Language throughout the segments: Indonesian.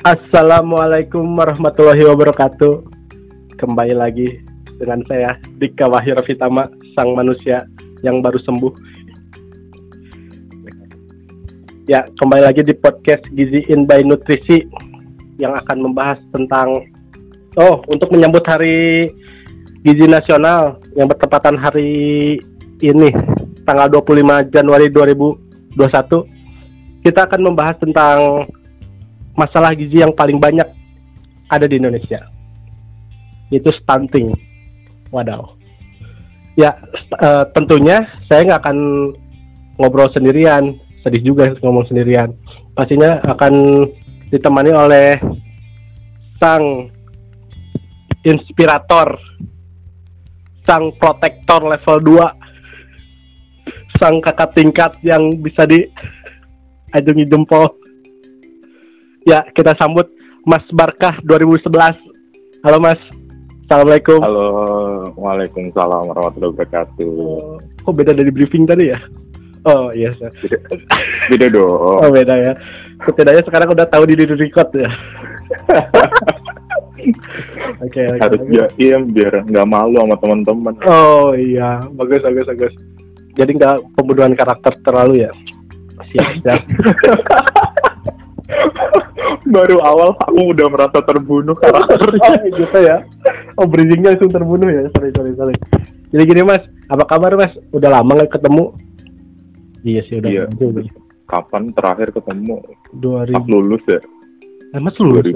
Assalamualaikum warahmatullahi wabarakatuh. Kembali lagi dengan saya Dika Wahyu Rafitama, sang manusia yang baru sembuh. Ya, kembali lagi di podcast Gizi In by Nutrisi yang akan membahas tentang untuk menyambut Hari Gizi Nasional yang bertepatan hari ini, tanggal 25 Januari 2021. Kita akan membahas tentang masalah gizi yang paling banyak ada di Indonesia, itu stunting. Wadaw. Ya, tentunya saya nggak akan ngobrol sendirian, sedih juga ngomong sendirian. Pastinya akan ditemani oleh sang inspirator, sang protektor level 2, sang kakak tingkat yang bisa diajungi jempol. Ya, kita sambut Mas Barkah 2011. Halo Mas. Assalamualaikum. Halo, waalaikumsalam warahmatullahi wabarakatuh. Kok beda dari briefing tadi ya? Oh iya, Beda dong. Oh beda ya. Setidaknya sekarang udah tahu di record ya. Oke. Harus jaim biar nggak malu sama teman-teman. Oh iya, bagus. Jadi nggak pembunuhan karakter terlalu ya. Siap. Baru awal aku udah merasa terbunuh karakternya. Oh gitu ya. Oh, bridgingnya langsung terbunuh ya. Sorry. Jadi gini Mas, apa kabar Mas? Udah lama nggak ketemu? Iya sih udah. Iya. Kapan terakhir ketemu? 2000. Pas lulus ya? Mas lulus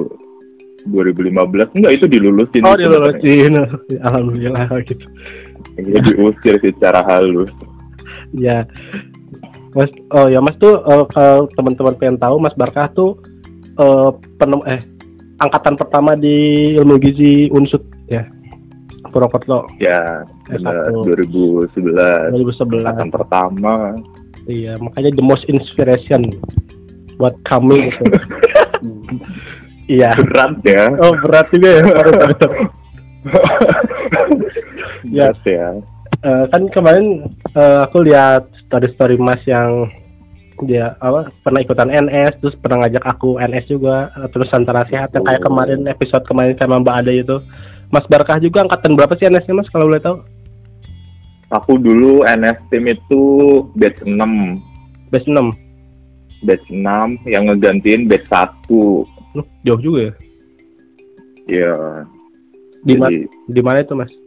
2015 enggak, itu dilulusin. Oh dilulusin. Alhamdulillah gitu. Ini diusir secara halus. Ya. Mas, Mas tuh kalau teman-teman pengen tahu, Mas Barkah tuh angkatan pertama di ilmu gizi Unsud ya, Purwokerto. Ya, benar. 2011. Angkatan pertama. Iya, makanya the most inspiration buat kami gitu. Iya. Berat ya. Oh, berat juga ya. Ya. Berat ya. Kan kemarin aku lihat story Mas yang dia pernah ikutan NS, terus pernah ngajak aku NS juga, terus antara sehat yang kayak kemarin episode kemarin sama Mbak Ada itu. Mas Barkah juga angkatan berapa sih NS-nya Mas kalau boleh tahu? Aku dulu NS tim itu batch 6. Batch 6. Batch 6 yang ngegantiin batch 1. Jauh juga ya? Iya. Di mana itu Mas?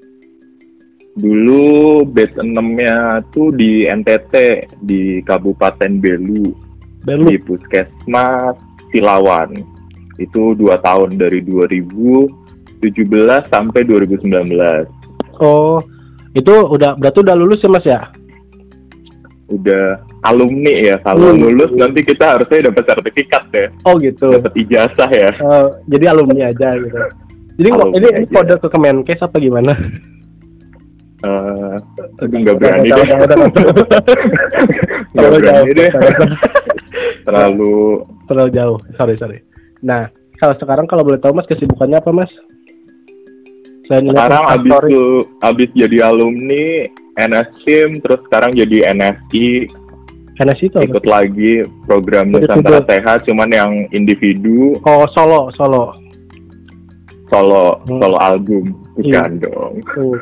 Dulu batch 6-nya tuh di NTT, di Kabupaten Belu. Di Puskesmas Silawan. Itu 2 tahun, dari 2017 sampai 2019. Oh, itu berarti udah lulus ya Mas ya? Udah alumni ya. Kalau lulus nanti kita harusnya dapat sertifikat ya. Oh gitu. Dapat ijazah ya. Jadi alumni aja gitu. Jadi ini kode ke Kemenkes apa gimana? Nggak berani deh. Nggak berani deh. Terlalu jauh. Sorry. Nah, sekarang kalau boleh tahu Mas, kesibukannya apa Mas? Sekarang abis jadi alumni NSIM, terus sekarang jadi NSI. NSI itu apa? Ikut lagi program Nusantara Sehat, cuman yang individu. Oh, solo album, bukan dong.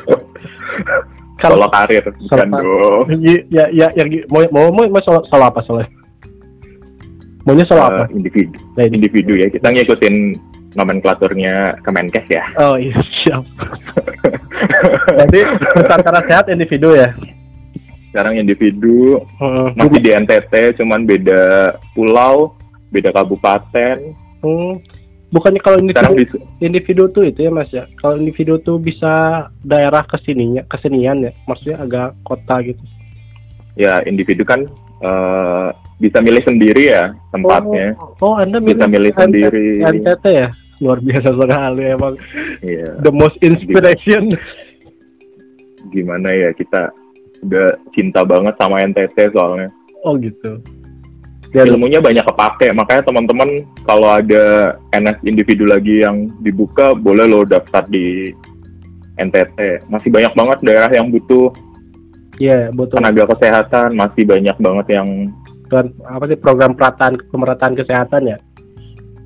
Kalau solo karir, bukan dong. Ya, mau solo apa soalnya? Maunya solo apa? Individu ya. Kita ngikutin nomenklaturnya Kemenkes ya. Oh iya, siap. Jadi Nusantara Sehat individu ya. Sekarang individu, masih di NTT, cuman beda pulau, beda kabupaten. Bukannya kalau individu tuh itu ya Mas ya. Kalau individu tuh bisa daerah kesenian ya. Maksudnya agak kota gitu. Ya, individu kan bisa milih sendiri ya tempatnya. Anda bisa milih sendiri. NTT ya. Luar biasa sekali emang. Yeah. The most inspiration. Gimana ya, kita udah cinta banget sama NTT soalnya. Oh gitu. Ilmunya banyak kepake, makanya teman-teman kalau ada NS individu lagi yang dibuka, boleh lo daftar di NTT. Masih banyak banget daerah yang butuh tenaga kesehatan, masih banyak banget yang program pemerataan kesehatan ya.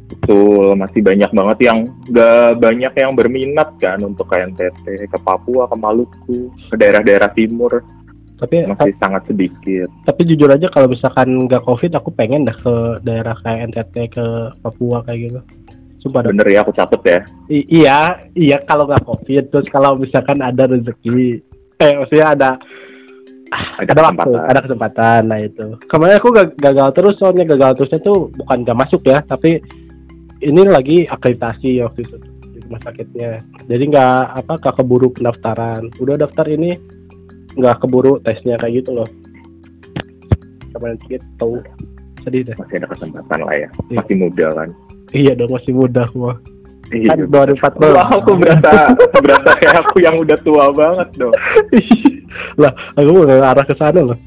Betul, masih banyak banget yang gak banyak yang berminat kan untuk ke NTT, ke Papua, ke Maluku, ke daerah-daerah timur Tapi masih sangat sedikit. tapi jujur aja kalau misalkan nggak COVID, aku pengen dah ke daerah kayak NTT, ke Papua kayak gitu. Sumpah dah. Bener ya, aku catet ya. Iya kalau nggak COVID, terus kalau misalkan ada rezeki, maksudnya ada waktu, ada kesempatan. Nah itu kemarin aku gagal terus, soalnya gagal terusnya tuh bukan nggak masuk ya, tapi ini lagi akreditasi waktu itu di rumah sakitnya, jadi nggak keburu pendaftaran. Udah daftar ini nggak keburu tesnya kayak gitu loh kemarin gitu. Sedih deh. Masih ada kesempatan lah ya, Iya. masih muda kan. Iya dong, masih muda gua. Iya, Kan 2014. wah, aku berasa kayak aku yang udah tua banget dong. Lah, aku mau arah ke sana loh.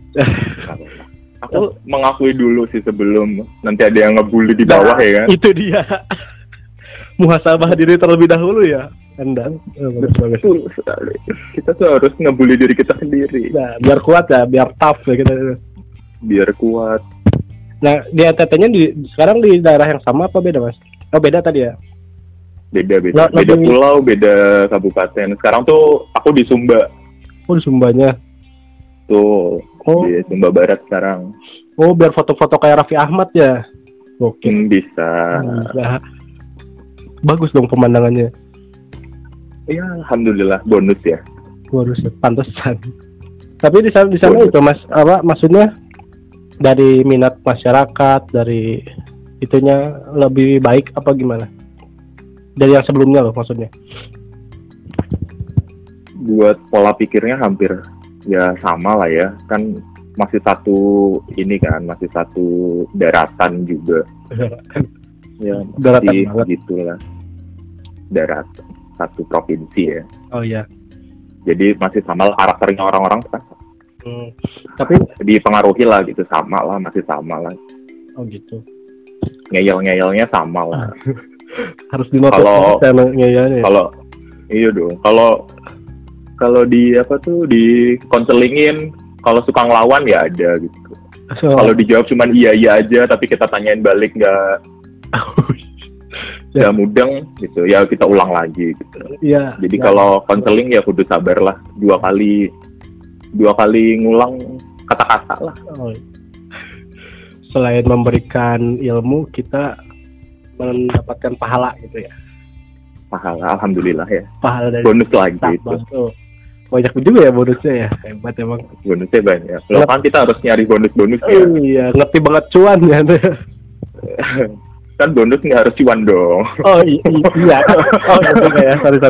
Aku mengakui dulu sih sebelum nanti ada yang ngebully di bawah ya kan. Itu dia. Muhasabah diri terlebih dahulu ya. Bagus. Betul sekali. Kita tuh harus ngebully diri kita sendiri. Nah, biar kuat ya, biar tough ya kita. Biar kuat. Nah, di NTT-nya sekarang di daerah yang sama apa beda, Mas? Oh, beda tadi ya. Beda Lebih- pulau, beda kabupaten. Sekarang tuh aku di Sumba. Oh, di Sumbanya. Tuh, Oh, di Sumba Barat sekarang. biar foto-foto kayak Raffi Ahmad ya. Oke. Bisa. Nah, bagus dong pemandangannya. Ya, alhamdulillah bonus ya. Harus pantesan. Tapi di sana Bonus. itu Mas, maksudnya dari minat masyarakat, dari itunya lebih baik apa gimana? Dari yang sebelumnya loh maksudnya. Buat pola pikirnya hampir ya sama lah ya. Kan masih satu ini kan, masih satu daratan juga. Ya, Daratan masih banget. gitulah. Daratan satu provinsi ya. Oh iya. Jadi masih sama lah karakternya orang-orang kan. Tapi Dipengaruhi lah gitu, sama lah, masih sama lah. oh gitu. Ngeyel-ngeyelnya sama lah. Harus dinotis Kalau- ngeyelnya. Kalau iya dong. Kalau di apa tuh di konselingin, kalau suka ngelawan ya ada gitu. Kalau dijawab cuman iya aja, tapi kita tanyain balik nggak Ya. mudeng gitu, ya kita ulang lagi gitu. Iya. Jadi ya. kalau konseling ya kudu sabar lah, dua kali ngulang kata-kata lah. Oh, iya. Selain memberikan ilmu, kita mendapatkan pahala gitu ya. Pahala, alhamdulillah ya. Pahala dari Bonus lagi itu, Bang. Oh, banyak juga ya bonusnya ya. Hebat emang. bonusnya banyak. Loh kan kita harus nyari bonus-bonus ya. Iya, ngerti banget cuan ya. Kan bonus nggak harus cuan dong. Oh iya. Oh itu ya. Sorry.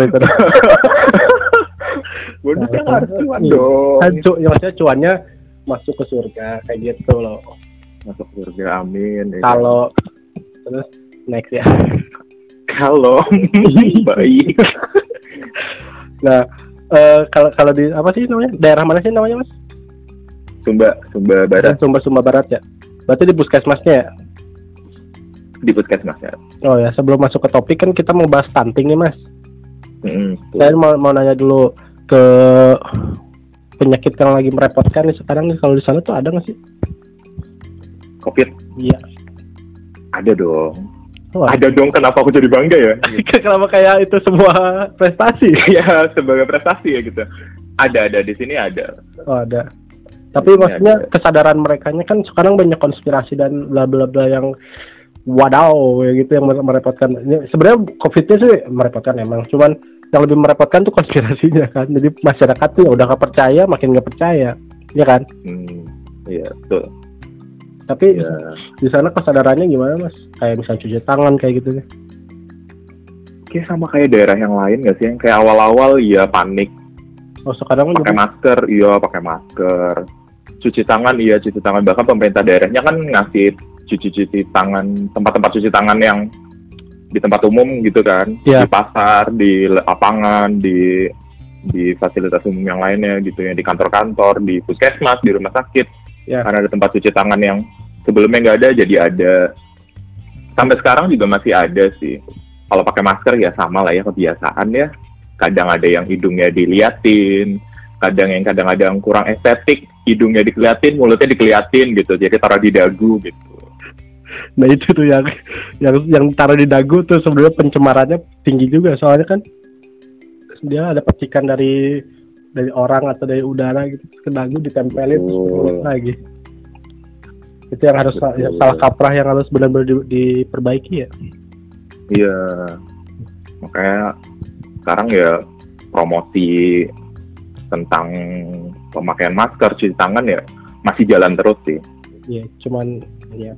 Bonusnya nggak harus cuan Iya. dong. Ya maksudnya cuannya masuk ke surga kayak gitu loh. Masuk surga, amin. Ya. Kalau terus next ya. Kalau baik. Nah, kalau di apa sih namanya? Daerah mana sih namanya, Mas? Sumba Barat Sumba Barat ya. Berarti di puskesmasnya ya? di puskesmasnya. Oh ya, sebelum masuk ke topik kan kita mau bahas stunting nih, Mas. Saya mau nanya dulu ke penyakit yang lagi merepotkan nih sekarang nih, kalau di sana tuh ada nggak sih? COVID Iya. ada dong. Oh, Ada dong, kenapa aku jadi bangga ya? Kenapa kayak itu semua prestasi? Ya sebagai prestasi ya gitu. Ada di sini ada. Oh, ada. Tapi Ini maksudnya ada. kesadaran merekanya kan sekarang banyak konspirasi dan bla bla bla yang wadaw ya gitu yang merepotkan. Ini sebenarnya COVID-nya sih merepotkan emang, cuman yang lebih merepotkan tuh konspirasinya kan. Jadi masyarakat tuh ya udah nggak percaya, makin nggak percaya, ya kan? Iya betul. Tapi Ya. di sana kesadarannya gimana, Mas? Kayak misalnya cuci tangan kayak gitu nih. Kayak sama kayak daerah yang lain nggak sih? Yang kayak awal-awal ya panik. Oh sekarang kan Pakai masker, iya pakai masker. Cuci tangan, iya cuci tangan. Bahkan pemerintah daerahnya kan ngasih cuci tangan, tempat-tempat cuci tangan yang di tempat umum gitu kan. Iya. Di pasar, di lapangan, di fasilitas umum yang lainnya gitu ya. Di kantor-kantor, di puskesmas, di rumah sakit. Iya. Karena ada tempat cuci tangan yang sebelumnya nggak ada, jadi ada. Sampai sekarang juga masih ada sih. Kalau pakai masker ya sama lah ya, kebiasaan ya. Kadang ada yang hidungnya diliatin, kadang kurang estetik, hidungnya dikeliatin, mulutnya dikeliatin gitu. Jadi taruh di dagu gitu. Nah itu tuh yang taruh di dagu tuh sebenarnya pencemarannya tinggi juga, soalnya kan dia ada percikan dari orang atau dari udara gitu ke dagu, ditempelin terus keluar lagi. Itu yang harus salah kaprah yang harus benar-benar diperbaiki ya. Iya, makanya sekarang ya promosi tentang pemakaian masker, cuci tangan ya masih jalan terus sih. Iya, cuman ya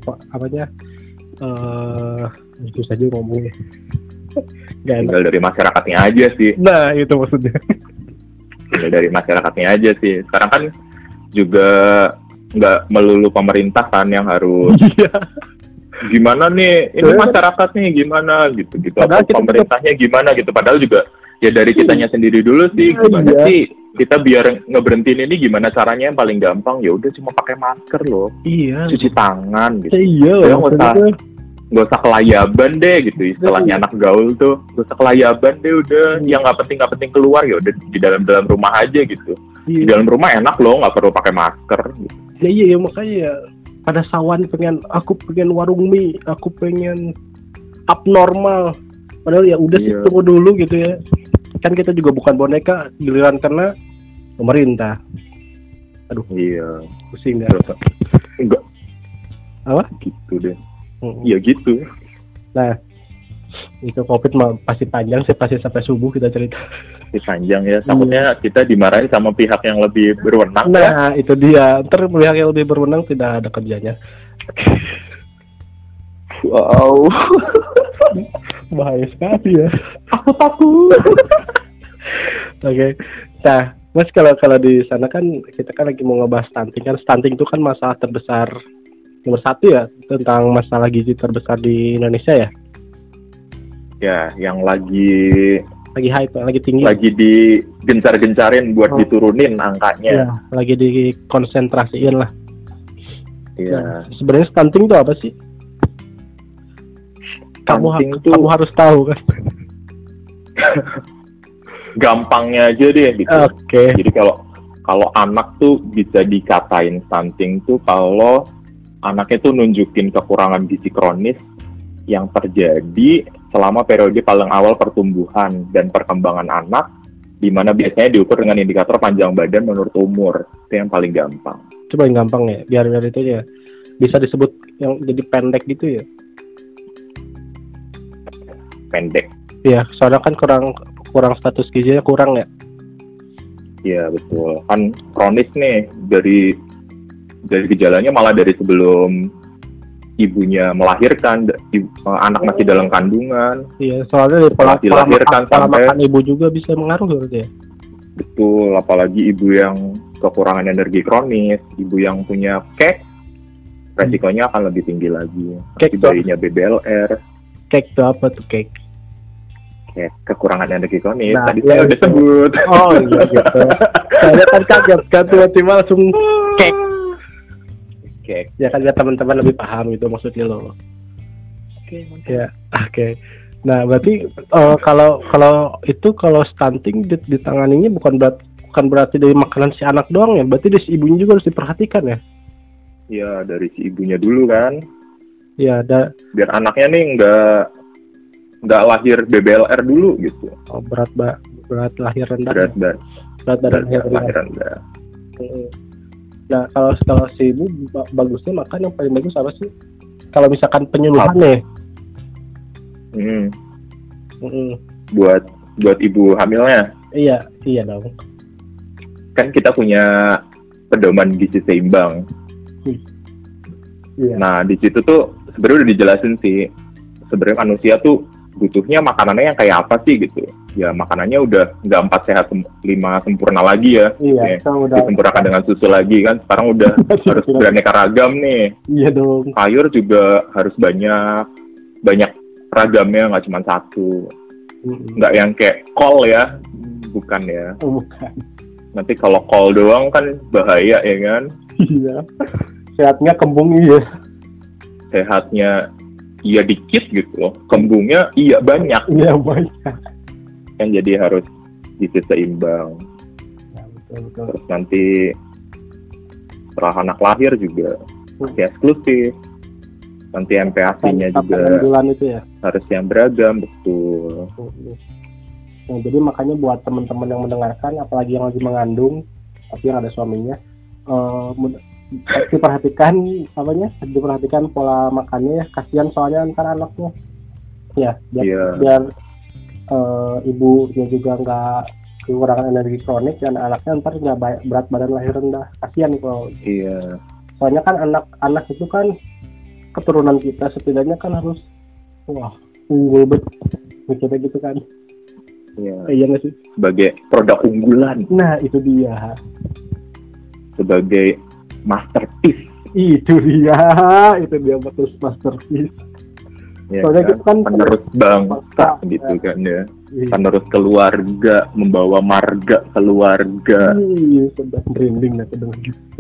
itu saja ngomongnya. Tinggal dari masyarakatnya aja sih. Nah itu maksudnya. Tinggal dari masyarakatnya aja sih. Sekarang kan juga nggak melulu pemerintah kan yang harus. Gimana nih? Ini masyarakat nih gimana gitu. Atau pemerintahnya gimana gitu. Padahal juga ya dari kitanya sendiri dulu sih. Gimana sih kita biar ngeberhentiin ini, gimana caranya yang paling gampang? Ya udah cuma pakai masker loh. Iya. Cuci tangan gitu. Iya. Nggak usah kelayaban deh gitu, istilahnya anak gaul tuh. Nggak usah kelayaban deh, udah yang nggak penting keluar, ya udah di dalam rumah aja gitu. Di dalam rumah enak loh, nggak perlu pakai masker gitu. Iya makanya pada sawan aku pengen warung mie, aku pengen abnormal, padahal ya udah sih tunggu dulu gitu ya. Kan kita juga bukan boneka, giliran kena pemerintah. Aduh. Iya. Pusing dah. Enggak. Apa? Gitu deh. Iya gitu. Nah, itu COVID mah pasti panjang sih, pasti sampai subuh kita cerita. Pasti panjang ya. Takutnya kita dimarahin sama pihak yang lebih berwenang. Nah, itu dia. Ntar pihak yang lebih berwenang tidak ada kerjanya. Wow. Bahaya sekali ya. Aku takut. Oke. Nah, Mas, kalau di sana kan kita kan lagi mau ngebahas stunting kan. Stunting itu kan masalah terbesar nomor 1 ya, tentang masalah gizi terbesar di Indonesia ya. Ya, yang lagi hype, lagi tinggi. Lagi digencar-gencarin buat diturunin angkanya. Ya, lagi dikonsentrasiin lah. Iya. Nah, sebenarnya stunting itu apa sih? Kamu harus tahu kan. Gampangnya aja deh gitu. Oke. Jadi kalau anak tuh bisa dikatain stunting tuh kalau anaknya tuh nunjukin kekurangan gizi kronis yang terjadi selama periode paling awal pertumbuhan dan perkembangan anak, di mana biasanya diukur dengan indikator panjang badan menurut umur. Itu yang paling gampang. Coba yang gampang ya, biar itu ya bisa disebut yang jadi pendek gitu ya. Pendek. Iya, soalnya kan kurang status gizinya kurang ya. Iya betul. Kan kronis nih, dari gejalanya malah dari sebelum ibunya melahirkan, anak masih dalam kandungan. Iya, soalnya dari pola makan ibu juga bisa mengaruh berarti ya. Betul, apalagi ibu yang kekurangan energi kronis, ibu yang punya kek, resikonya akan lebih tinggi lagi. Kek bayinya BBLR. Kek itu apa tuh kek? Kek kekurangan energi kronis. Nah, tadi saya udah sebut. Oh iya gitu. Saya kan kaget kan tiba-tiba langsung kek. Ya kan ya teman-teman lebih paham itu maksudnya loh. Oke. Ya, oke. Nah, berarti kalau stunting ditanganinya bukan berarti dari makanan si anak doang ya, berarti dari si ibunya juga harus diperhatikan ya. Iya, dari si ibunya dulu kan. Iya, biar anaknya nih nggak lahir BBLR dulu gitu. Oh, berat lahir rendah. Berat badan lahir rendah. Nah, kalau si ibu bagusnya makan yang paling bagus apa sih? Kalau misalkan penyuluhan nih. Buat ibu hamilnya. Iya dong. Kan kita punya pedoman gizi seimbang. Iya. Nah, di situ tuh sebenarnya udah dijelasin sih. Sebenarnya manusia tuh butuhnya makanannya yang kayak apa sih gitu. Ya makanannya udah nggak 4 sehat 5 sempurna lagi ya. Iya, disempurnakan dengan susu lagi kan. Sekarang udah harus beraneka ragam nih. Iya dong. Sayur juga harus banyak ragamnya, nggak cuma satu. Nggak yang kayak kol ya. Bukan ya. Bukan. Nanti kalau kol doang kan bahaya ya kan. Iya. Sehatnya kembung iya. Sehatnya iya dikit gitu loh. Kembungnya iya banyak. Iya banyak. Kan jadi harus gizi seimbang. Ya, betul. Terus nanti setelah anak lahir juga masih eksklusif. Nanti MPASI-nya sampai juga 6 bulan itu ya. harus yang beragam, betul. Nah, jadi makanya buat teman-teman yang mendengarkan, apalagi yang lagi mengandung tapi yang ada suaminya, diperhatikan pola makannya ya. Kasihan soalnya ntar anaknya ya, biar ibunya juga nggak kekurangan energi kronik dan anaknya ntar nggak berat badan lahir rendah. Kasihan kalau. Iya. Soalnya kan anak itu kan keturunan kita, setidaknya kan harus unggul mikirnya gitu kan. Iya. Iya nggak sih? Sebagai produk unggulan. Nah itu dia. Sebagai masterpiece. Itu dia betul, masterpiece. Ya, soalnya kan penerus bangsa gitu kan ya. Penerus keluarga, membawa marga keluarga. Iya, sedang merinding lah sedang.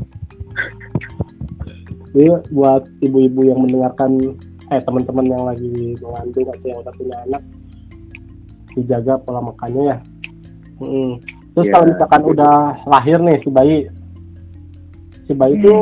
Jadi buat ibu-ibu yang mendengarkan, teman-teman yang lagi mengandung atau yang udah punya anak, dijaga pola makannya ya. Terus kalau misalkan udah lahir nih si bayi itu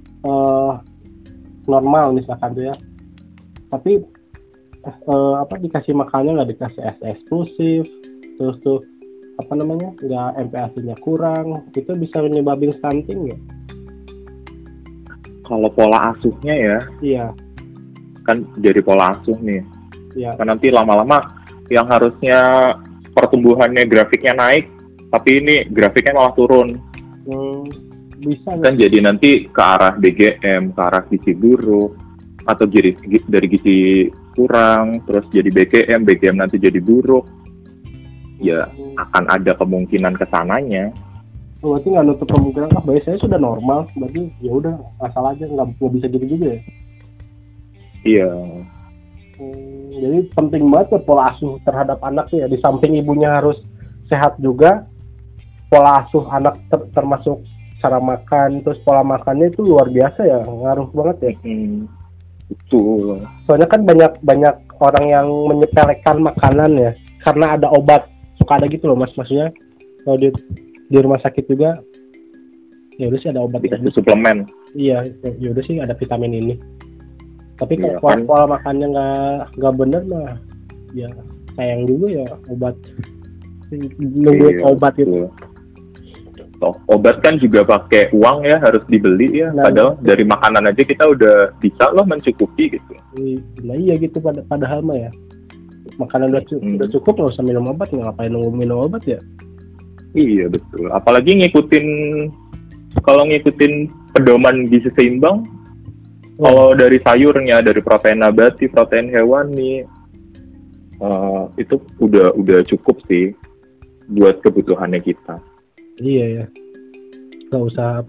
normal misalkan tuh ya, tapi dikasih makannya nggak dikasih eksklusif, terus tuh nggak MPASI-nya kurang, itu bisa menyebabkan stunting ya? Kalau pola asuhnya ya, iya, kan jadi pola asuh nih. Iya. Kan nanti lama-lama yang harusnya pertumbuhannya grafiknya naik, tapi ini grafiknya malah turun. Bisa kan jadi nanti ke arah BGM, ke arah gizi buruk, atau dari gizi kurang, terus jadi BGM nanti jadi buruk. Ya akan ada kemungkinan kesananya. Berarti nggak nutup kemungkinan bayi saya sudah normal, berarti ya udah asal aja, nggak bisa gitu juga ya. Iya. Jadi penting banget ya pola asuh terhadap anak ya. Di samping ibunya harus sehat juga, pola asuh anak termasuk cara makan, terus pola makannya itu luar biasa ya, ngaruh banget ya. Betul. Soalnya kan banyak orang yang menyepelekan makanan ya, karena ada obat, suka ada gitu loh mas, maksudnya kalau di rumah sakit juga, ya udah sih ada obat, dikasih suplemen. Iya, ya udah sih ada vitamin ini. Tapi kalau pola makannya nggak bener mah, ya sayang juga ya obat. Nunggu obat itu. Obat kan juga pakai uang ya, harus dibeli ya. Padahal dari makanan aja kita udah bisa loh mencukupi gitu. Nah iya gitu, padahal mah ya makanan udah cukup, nggak usah minum obat, ngapain nunggu minum obat ya. Iya betul. Apalagi kalau ngikutin pedoman gizi seimbang, kalau dari sayurnya, dari protein nabati, protein hewani, itu udah cukup sih buat kebutuhannya kita. Iya ya, nggak usah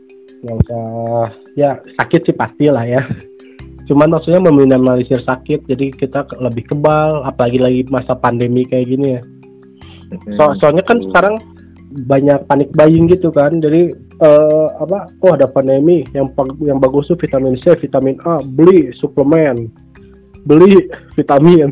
ya, sakit sih pastilah ya. Cuman maksudnya meminimalisir sakit, jadi kita lebih kebal, apalagi lagi masa pandemi kayak gini ya. Soalnya kan sekarang banyak panik buying gitu kan, jadi ada pandemi, yang bagus tuh vitamin C, vitamin A, beli suplemen, beli vitamin.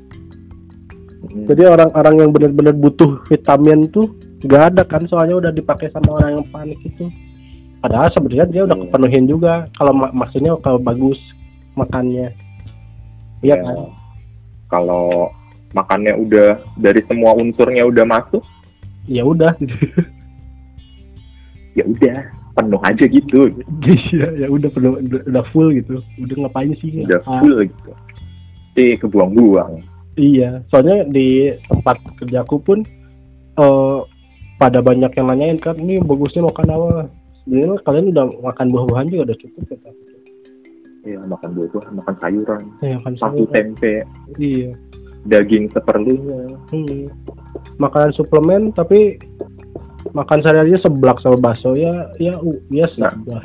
Jadi orang-orang yang benar-benar butuh vitamin tuh nggak ada kan, soalnya udah dipakai sama orang yang panik itu. Padahal sebenarnya dia udah kepenuhin juga kalau maksudnya kalau bagus makannya. Iya kan? Kalau makannya udah dari semua unsurnya udah masuk, ya udah. Ya udah penuh aja gitu. Iya, ya udah penuh, udah full gitu. Udah ngapain sih? Udah full gitu. Kebuang-buang. Iya, soalnya di tempat kerjaku pun pada banyak yang nanyain kan, ini bagusnya makan apa? Sebenarnya kalian udah makan buah-buahan juga udah cukup ya. Iya, makan buah-buahan, makan sayuran, tahu tempe. Iya. Daging seperlunya. Makanan suplemen tapi makan sehari-harinya seblak sama bakso ya seblak.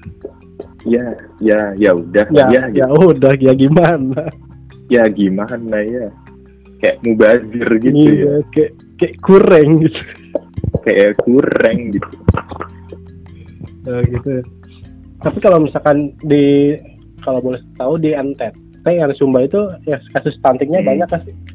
Ya udah. Ya udah, ya gimana? Ya gimana ya? Kayak mubazir gitu ya. Kayak kurang gitu. Kayak kurang gitu. Gitu. Tapi kalau misalkan kalau boleh tahu di NTT yang Sumba itu ya kasus stuntingnya banyak kan sih?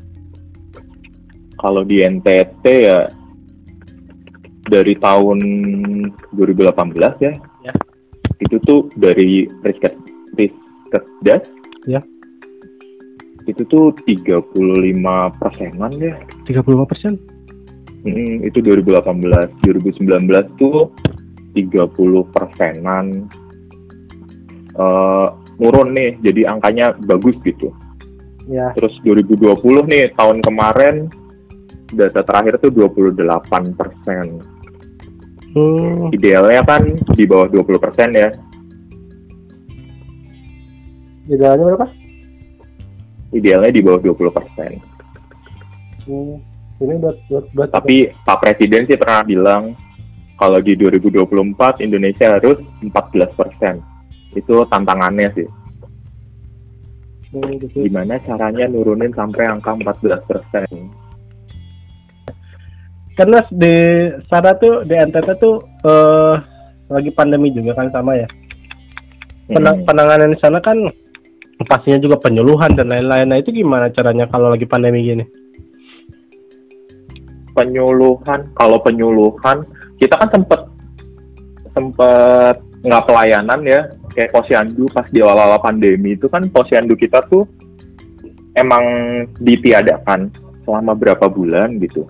Kalau di NTT ya dari tahun 2018 ya. Itu tuh dari Das? Ya. Itu tuh 35%-an ya. 35%? Itu 2018. 2019 tuh 30%-an. Nurun nih, jadi angkanya bagus gitu. Ya. Terus 2020 nih, tahun kemarin data terakhir tuh 28%. Idealnya kan di bawah 20% ya. Idealnya berapa? Idealnya di bawah 20%. Ini buat Tapi Pak Presiden sih pernah bilang kalau di 2024 Indonesia harus 14%. Itu tantangannya sih. Gimana caranya nurunin sampai angka 14%? Karena di sana tuh, di NTT tuh lagi pandemi juga kan sama ya. Penanganan di sana kan pastinya juga penyuluhan dan lain-lain. Nah itu gimana caranya kalau lagi pandemi gini? Kalau penyuluhan kita kan sempet nggak pelayanan ya, kayak posyandu pas di awal-awal pandemi itu kan posyandu kita tuh emang ditiadakan selama berapa bulan gitu.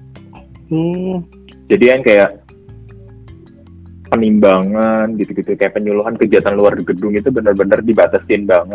Jadi yang kayak penimbangan gitu-gitu, kayak penyuluhan kegiatan luar gedung itu benar-benar dibatasin banget.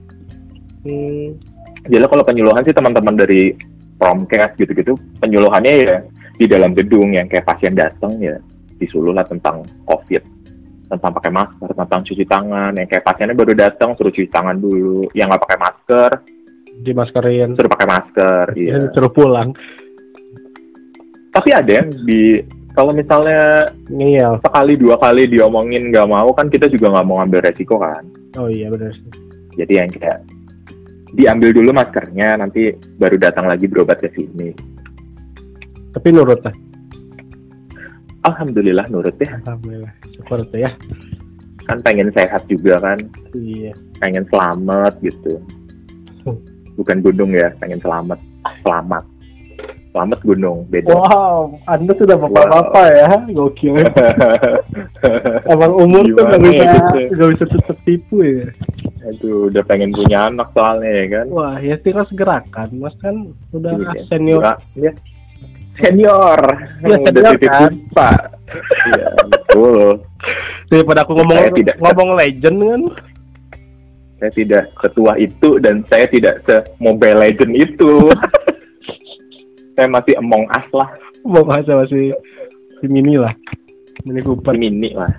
Jadi kalau penyuluhan sih teman-teman dari Promkes gitu-gitu, penyuluhannya ya di dalam gedung, yang kayak pasien datang ya disuluh lah tentang COVID, tentang pakai masker, tentang cuci tangan. Yang kayak pasiennya baru datang suruh cuci tangan dulu, yang nggak pakai masker dimaskerin, suruh pakai masker, iya. Suruh pulang. Tapi ada yang kalau misalnya sekali 2 kali diomongin nggak mau, kan kita juga nggak mau ngambil resiko kan. Oh iya benar sih. Jadi yang kayak diambil dulu maskernya, nanti baru datang lagi berobat ke sini. Tapi nurut lah. Alhamdulillah nurut ya. Alhamdulillah, syukur tuh ya. Kan pengen sehat juga kan. Iya. Pengen selamat gitu. Bukan gunung ya, pengen selamat. Selamat gunung, beda. Wow, Anda sudah bapak-bapak ya, gokil. Emang umur tuh nggak bisa tertipu ya. Aduh, udah pengen punya anak soalnya ya kan. Wah, ya tinggal segerakan, Mas kan udah Iya. senior. Ya. Senior. Ya, Udah senior kan. Pak. Iya, betul. Daripada aku ngomong legend kan. Saya tidak setua itu dan saya tidak se-Mobile Legend itu. Saya masih Among Us lah. Among Us masih si Mini lah. Mini Cooper. Mini lah.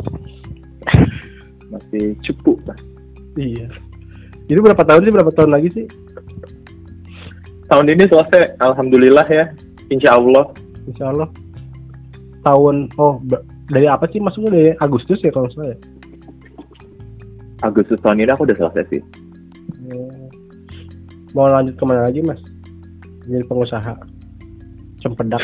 Masih cupu lah. Iya. Jadi berapa tahun lagi sih? Tahun ini selesai, alhamdulillah ya. Insya Allah. Dari apa sih masuknya, dari Agustus ya kalau salah ya? Agustus tahun ini aku udah selesai sih. Mau lanjut kemana lagi Mas? Jadi pengusaha cempedak.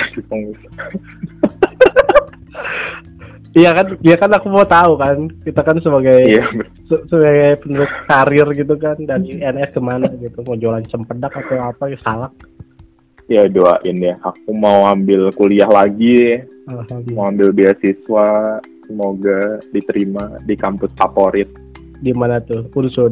Iya kan aku mau tahu kan, kita kan sebagai penerus karir gitu kan, dari NS kemana gitu, mau jualan cempedak atau apa ya, salak. Ya doain ya, aku mau ambil kuliah lagi, mau ambil beasiswa, semoga diterima di kampus favorit. Di mana tuh? Unsur.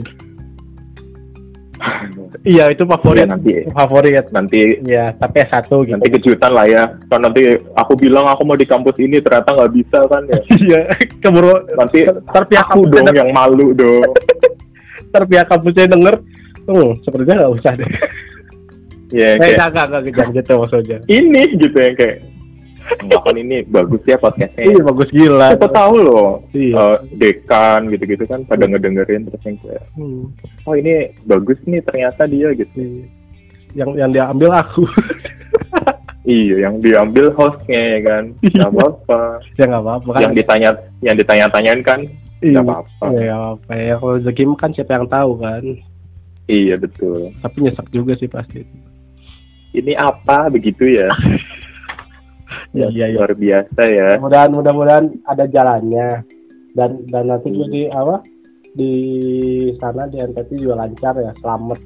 Iya itu favorit. Ya, favorit nanti. Ya tapi S1 gitu. Nanti kejutan lah ya. Kan nanti aku bilang aku mau di kampus ini, ternyata nggak bisa kan ya. Iya. Keburu. Nanti aku dong yang malu dong. Pihak kampusnya denger, sepertinya nggak usah deh. Ya kayak nggak jangan gitu maksudnya. Ini gitu ya kayak. Enggak kan ini bagus ya podcastnya. Iya bagus gila. Siapa tahu loh. Iya. Dekan gitu-gitu kan pada ngedengerin terus yang kayak oh ini bagus nih ternyata dia gitu. Yang dia ambil aku. Iya, yang diambil hostnya ya kan. Enggak apa-apa. Ya enggak apa-apa kan. Yang ditanya-tanyain kan enggak apa-apa. Iya, apa ya, kalau rezeki kan siapa yang tahu kan. Iya, betul. Tapi nyesek juga sih pasti. Ini apa begitu ya? Ya, iya, luar biasa ya. Mudah-mudahan ada jalannya dan nanti di di sana di NTT juga lancar ya, selamat.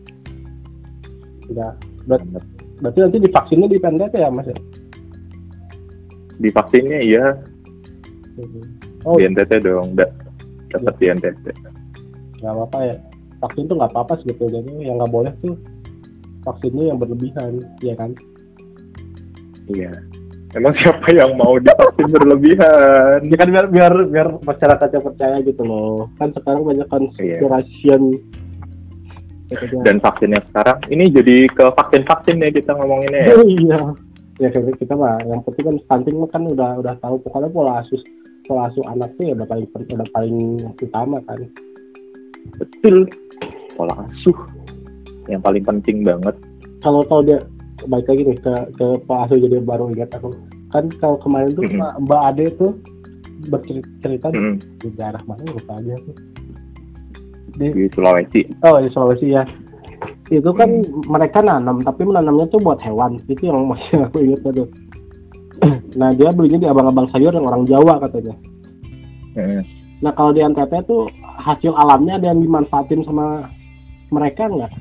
Udah, berarti nanti divaksinnya di NTT ya Mas? Divaksinnya iya. Di NTT dong, dapat di NTT. nggak apa-apa ya. Vaksin tuh nggak apa-apa sebetulnya, yang nggak boleh tuh vaksinnya yang berlebihan, ya kan? Iya. Emang siapa yang mau divaksin berlebihan? Ya kan biar masyarakatnya percaya gitu loh. Kan sekarang banyak conspiracy. Dan vaksinnya sekarang ini jadi ke vaksin ya kita ngomonginnya ya. Iya. Ya kita mah yang penting kan stunting kan udah tahu, pokoknya pola asuh anak tuh ya udah paling utama kan. Betul. Pola asuh yang paling penting banget. Kalau tahu dia baik lagi nih ke pola asuh, jadi baru ingat aku. Kan kalau kemarin tuh Mbak Ade tuh bercerita di daerah mana lupa aja tuh. Di Sulawesi. Oh, di Sulawesi ya. Itu kan mereka nanam, tapi menanamnya tuh buat hewan. Itu yang masih aku ingat tuh. Nah, dia belinya di abang-abang sayur yang orang Jawa katanya. Nah, kalau di NTT tuh hasil alamnya ada yang dimanfaatin sama mereka nggak?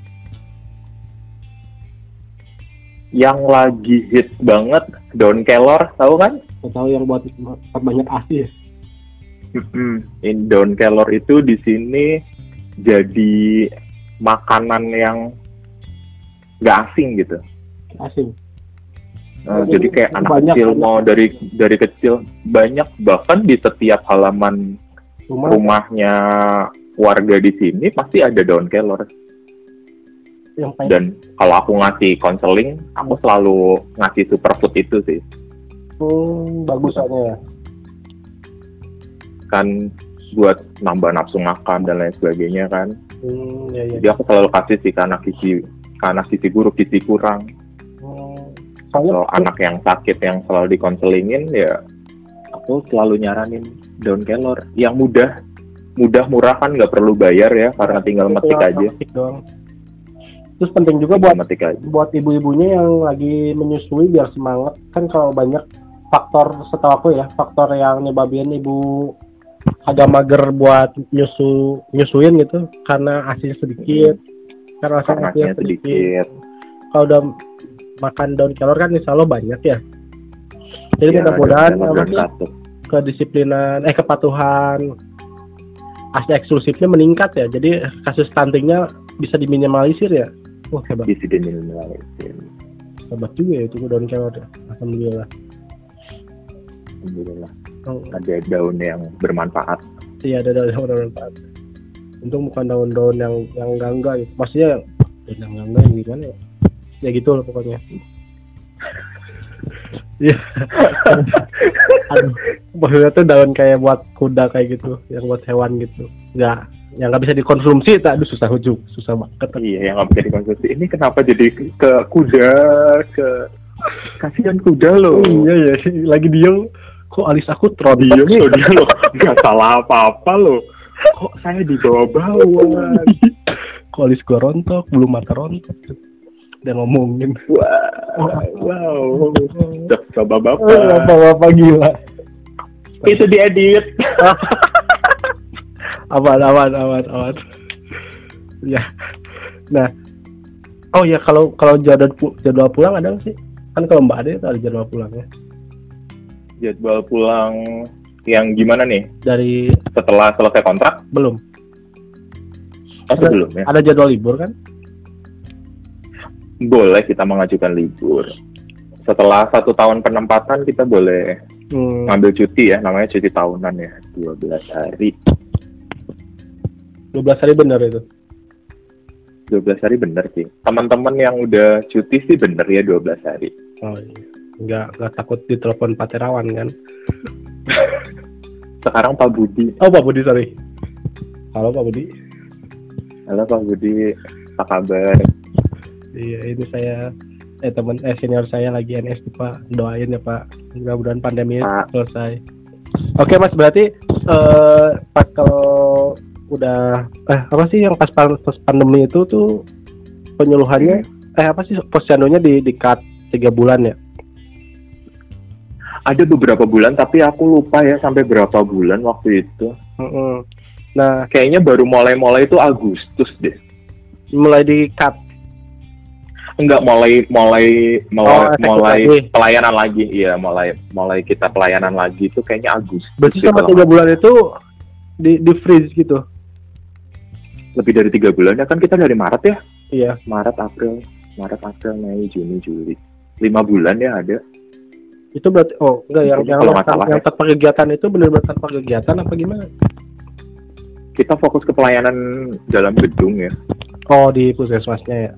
Yang lagi hit banget daun kelor, tahu kan? Tahu, yang buat banyak ASI ya? Daun kelor itu di sini jadi makanan yang nggak asing gitu. Asing. Jadi kayak anak kecil mau dari kecil banyak, bahkan di setiap halaman rumahnya warga di sini pasti ada daun kelor. Dan kalau aku ngasih konseling, aku selalu ngasih superfood itu sih. Bagus soalnya ya. Kan buat nambah nafsu makan dan lain sebagainya kan. Iya. Jadi aku selalu kasih sih karena gizi buruk, gizi kurang. Kalau anak yang sakit yang selalu dikonselingin ya, aku selalu nyaranin daun kelor yang mudah murah kan, nggak perlu bayar ya karena tinggal metik aja. Terus penting juga buat ibu-ibunya yang lagi menyusui biar semangat. Kan kalau banyak faktor, setahu aku ya, faktor yang nyebabin ibu agak mager buat nyusuin gitu karena asinya sedikit, karena asinya sedikit. Kalau udah makan daun kelor kan insya Allah banyak ya. Jadi mudah-mudahan kedisiplinan, kepatuhan asi eksklusifnya meningkat ya. Jadi kasus stuntingnya bisa diminimalisir ya. Wah, hebat. Bisa diminimalisir. Hebat juga ya itu daun kelor ya. Alhamdulillah. Ada daun yang bermanfaat. Iya, ada daun yang bermanfaat. Untung bukan daun-daun yang enggak gitu. Maksudnya yang enggak yang gimana ya? Ya gitu loh pokoknya. Iya. Aduh, maksudnya tuh daun kayak buat kuda kayak gitu, yang buat hewan gitu. Enggak, yang nggak bisa dikonsumsi, tak, aduh susah banget. Iya, yang nggak bisa dikonsumsi. Ini kenapa jadi ke kuda, kasihan kuda loh. Iya, lagi diem. Kok alis aku terontok dia loh, nggak salah apa-apa loh. Kok saya dibawa-bawa. Kok alis gua rontok, bulu mata rontok. Udah ngomongin. Wow. Bapak-bapak gila. Itu diedit. aman. Ya. Nah. Oh ya, kalau jadwal pulang ada nggak sih? Kan kalau Mbak Ade itu ada jadwal pulangnya. Jadwal pulang yang gimana nih? Dari setelah selesai kontrak? Belum. Belum ya? Ada jadwal libur kan? Boleh kita mengajukan libur. Setelah 1 tahun penempatan kita boleh ngambil cuti ya, namanya cuti tahunan ya, 12 hari. 12 hari benar itu? 12 hari benar sih. Teman-teman yang udah cuti sih bener ya 12 hari. Oh iya. Nggak takut ditelepon Pak Terawan kan? Sekarang Pak Budi. Oh, Pak Budi, sorry. Halo Pak Budi. Halo Pak Budi, apa kabar? Iya, ini saya senior saya lagi NS tuh Pak. Doain ya Pak, mudah-mudahan pandemi selesai. Oke Mas, berarti pas kalau udah apa sih yang pas pandemi itu tuh penyuluhannya apa sih posyandonya di cut 3 bulan ya? Ada beberapa bulan tapi aku lupa ya sampai berapa bulan waktu itu. Nah, kayaknya baru mulai itu Agustus deh. Mulai di cut. Enggak, mulai pelayanan lagi. Iya, mulai kita pelayanan lagi itu kayaknya Agustus. Berarti sama 3 bulan itu di freeze gitu. lebih dari 3 bulan ya kan, kita dari Maret ya. Iya. Maret, April, Mei, Juni, Juli. 5 bulan ya ada. Itu berarti enggak yang Kalau nggak salah yang tanpa kegiatan itu benar-benar tanpa kegiatan apa gimana? Kita fokus ke pelayanan dalam gedung ya. Oh, di puskesmasnya ya.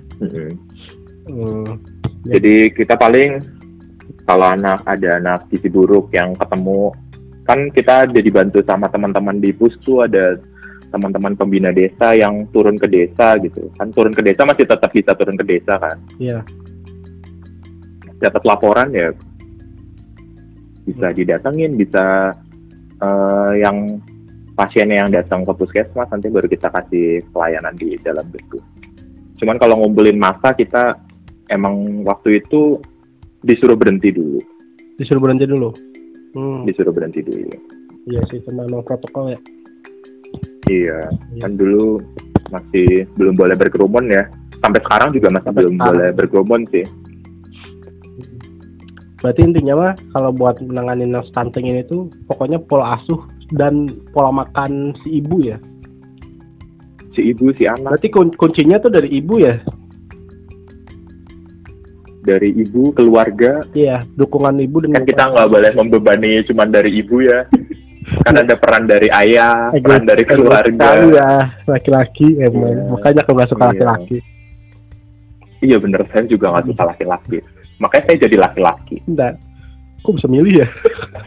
Jadi kita paling kalau ada anak gizi buruk yang ketemu, kan kita jadi dibantu sama teman-teman di pusku, ada teman-teman pembina desa yang turun ke desa gitu. Kan turun ke desa masih tetap bisa turun ke desa kan. Iya. Dapat laporan ya bisa didatengin, bisa yang pasiennya yang datang ke puskesmas nanti baru kita kasih pelayanan di dalam gedung. Cuman kalau ngumpulin massa kita emang waktu itu disuruh berhenti dulu. Disuruh berhenti dulu. Iya sih, itu memang protokol ya. Iya, kan dulu masih belum boleh berkerumun ya. Sampai sekarang juga masih belum boleh berkerumun sih. Berarti intinya mah kalau buat menangani yang stunting ini tuh pokoknya pola asuh dan pola makan si ibu ya. Si ibu, si anak. Berarti kuncinya tuh dari ibu ya. Dari ibu, keluarga. Iya, dukungan ibu dan kan kita nggak boleh membebani cuma dari ibu ya. Kan ada peran dari ayah, peran dari keluarga. Ya, laki-laki emang. Makanya aku nggak suka laki-laki. Iya bener, saya juga nggak suka laki-laki. Makanya saya jadi laki-laki. Enggak. Kok bisa milih ya?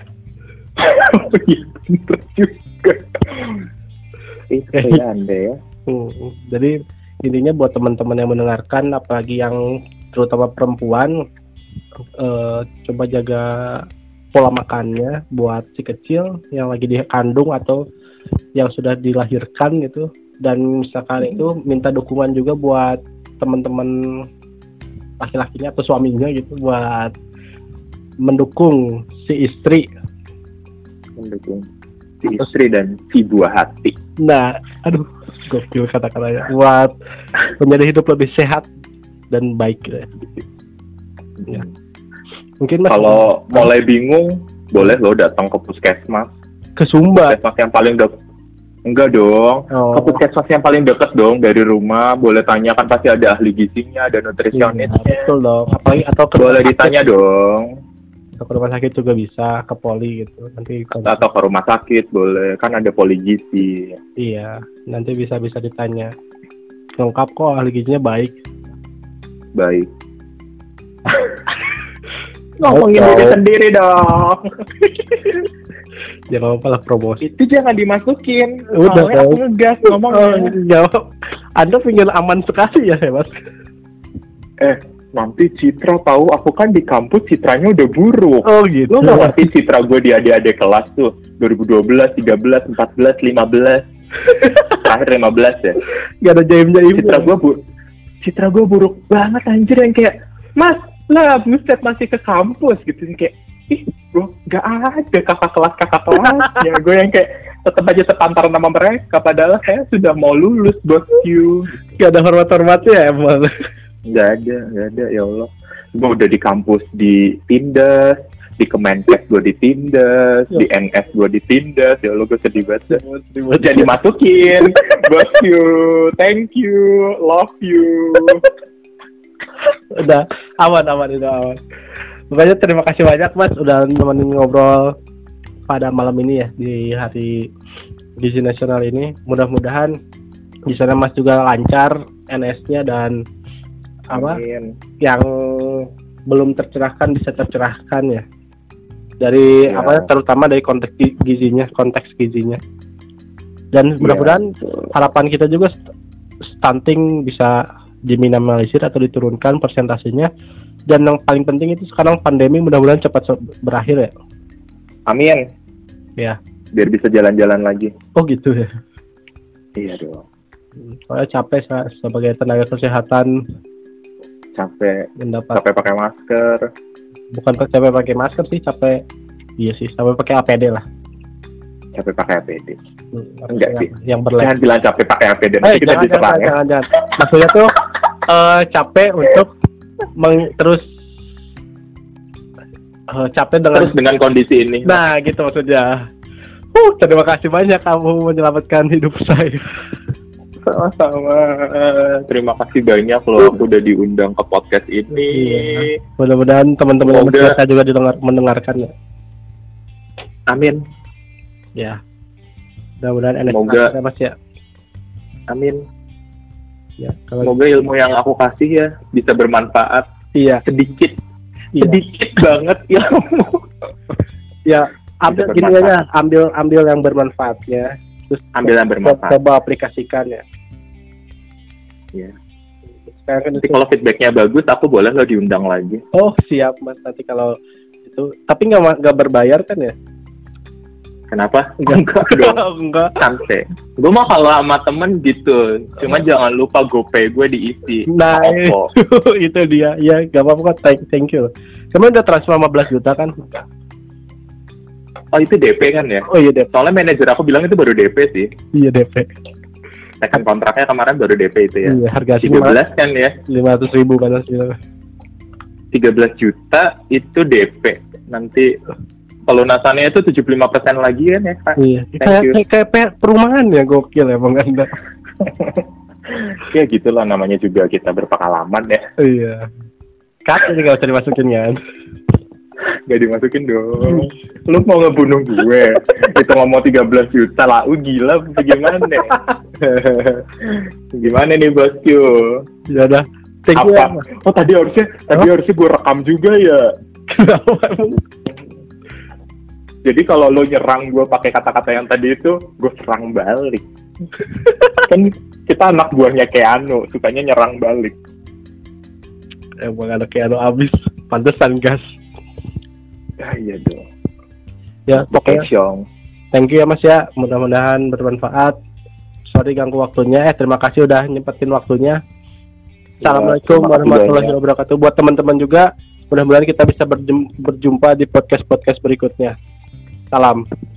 Iya bener juga. Itu ya Anda ya. Jadi intinya buat teman-teman yang mendengarkan, apalagi yang terutama perempuan, coba jaga pola makannya buat si kecil yang lagi dikandung atau yang sudah dilahirkan gitu. Dan misalkan itu minta dukungan juga buat teman-teman laki-lakinya atau suaminya gitu buat mendukung si istri. Mendukung si istri dan si buah hati. Nah, aduh, gokil kata-katanya. Buat menjadi hidup lebih sehat dan baik gitu ya. Mungkin kalau mulai bingung, boleh lo datang ke puskesmas. Ke Sumba. Puskesmas yang paling dekat. Enggak dong. Ke puskesmas yang paling dekat dong dari rumah. Boleh tanya, kan pasti ada ahli gizinya, ada nutrisionisnya. Betul dong. Apalagi atau boleh ditanya dong. Atau ke rumah sakit juga bisa, ke poli gitu. Nanti atau ke rumah sakit boleh, kan ada poli gizi. Iya, nanti bisa ditanya. Lengkap kok, ahli gizinya baik. Ngomongin diri sendiri dong. Jangan malah promosi. Itu jangan dimasukin. Udah aku ngegas ngomongnya. Jawab. Anda pengen aman sekali ya, Mas. Nanti Citra tahu aku kan di kampus citranya udah buruk. Oh gitu. Lo nggak ngerti citra gue di adik-adik kelas tuh 2012, 13, 14, 15. Terakhir 15 ya. Gak ada jaim-jaim. Citra gue buruk banget anjir, yang kayak Mas lah buset masih ke kampus gitu, kayak bro gak ada kakak kelas ya. Gue yang kayak tetap aja sepantar nama mereka padahal saya sudah mau lulus bosku. Gak ada hormat-hormatnya emang. Gak ada ya Allah. Gue udah di kampus ditindas, di Kemenkes gue ditindas, di NS gue ditindas, ya Allah gue sedih banget. Jadi masukin, bosku, thank you, love you. Udah aman. Makanya terima kasih banyak Mas udah nemenin ngobrol pada malam ini ya, di hari Gizi Nasional ini. Mudah-mudahan di sana Mas juga lancar NS-nya dan Amin. Yang belum tercerahkan bisa tercerahkan ya. Dari terutama dari konteks gizinya. Dan mudah-mudahan harapan kita juga stunting bisa diminimalisir atau diturunkan persentasenya. Dan yang paling penting itu sekarang pandemi mudah-mudahan cepat berakhir ya. Amin. Ya. Biar bisa jalan-jalan lagi. Oh gitu ya. Iya dong. Soalnya capek sebagai tenaga kesehatan. Capek pakai masker. Bukan capek pakai masker sih, capek. Iya sih, sampai pakai APD lah. Capek pakai APD. Enggak sih. Yang berlabel. Jangan bilang capek pakai APD. Nanti kita diserang ya. Jangan. Maksudnya tuh capek untuk terus capek dengan kondisi ini. Nah, gitu maksudnya. Terima kasih banyak kamu menyelamatkan hidup saya. Sama-sama. Terima kasih banyak loh aku udah diundang ke podcast ini. Iya. Mudah-mudahan teman-teman yang Semoga- berjasa juga mendengarkan ya. Amin. Ya. Mudah-mudahan enak Semoga- ya, Mas ya. Amin. Ya, kalau Semoga ilmu yang aku kasih ya bisa bermanfaat iya, sedikit. iya. Sedikit banget ilmu. Ya, ambil Bisa gini bermanfaat. aja, ambil yang bermanfaat ya. Terus Ambil yang bermanfaat. coba aplikasikan ya. Iya. Sekarang kan Nanti kalau feedbacknya bagus, aku boleh lo diundang lagi. oh siap Mas, nanti kalau itu tapi nggak berbayar kan ya? Kenapa? Enggak dong. Enggak. Santai. Gue mah kalau sama temen gitu. Cuma jangan lupa GoPay gue diisi. Nah, Oppo. itu dia. Ya, gak apa-apa kok. Thank you. Kamu udah transfer 15 juta kan? Oh itu DP kan ya? Oh iya DP. Soalnya manajer aku bilang itu baru DP sih. Iya DP. Second kontraknya kemarin baru DP itu ya. Iya, harga 13 kan ya? 500.000 kan Mas bilang. 13 juta itu DP. Nanti pelunasannya itu 75% lagi kan ya Pak? Iya. Thank you. Kayak perumahan ya, gokil emang Anda. Ya gitulah namanya juga kita berpengalaman ya. Iya. Cut ini gak usah dimasukin kan? Gak dimasukin dong. Lu mau ngebunuh gue? Itu ngomong 13 juta lah. Gila bagaimana? Gimana nih bosku? Ya udah. Thank you. Apa? Oh tadi harusnya gue rekam juga ya. Kenapa emang? Jadi kalau lo nyerang gue pakai kata-kata yang tadi itu, gue serang balik. Kan kita anak buahnya Keanu, sukanya nyerang balik. Emang ada kayak abis. Pantesan gas. Ah iya dong. Ya pokoknya Syong. thank you ya Mas ya. Mudah-mudahan bermanfaat. Sorry ganggu waktunya. Terima kasih udah nyempetin waktunya. Assalamualaikum terima kasih warahmatullahi banyak. wabarakatuh. Buat teman-teman juga, mudah-mudahan kita bisa berjumpa di podcast-podcast berikutnya. Salam.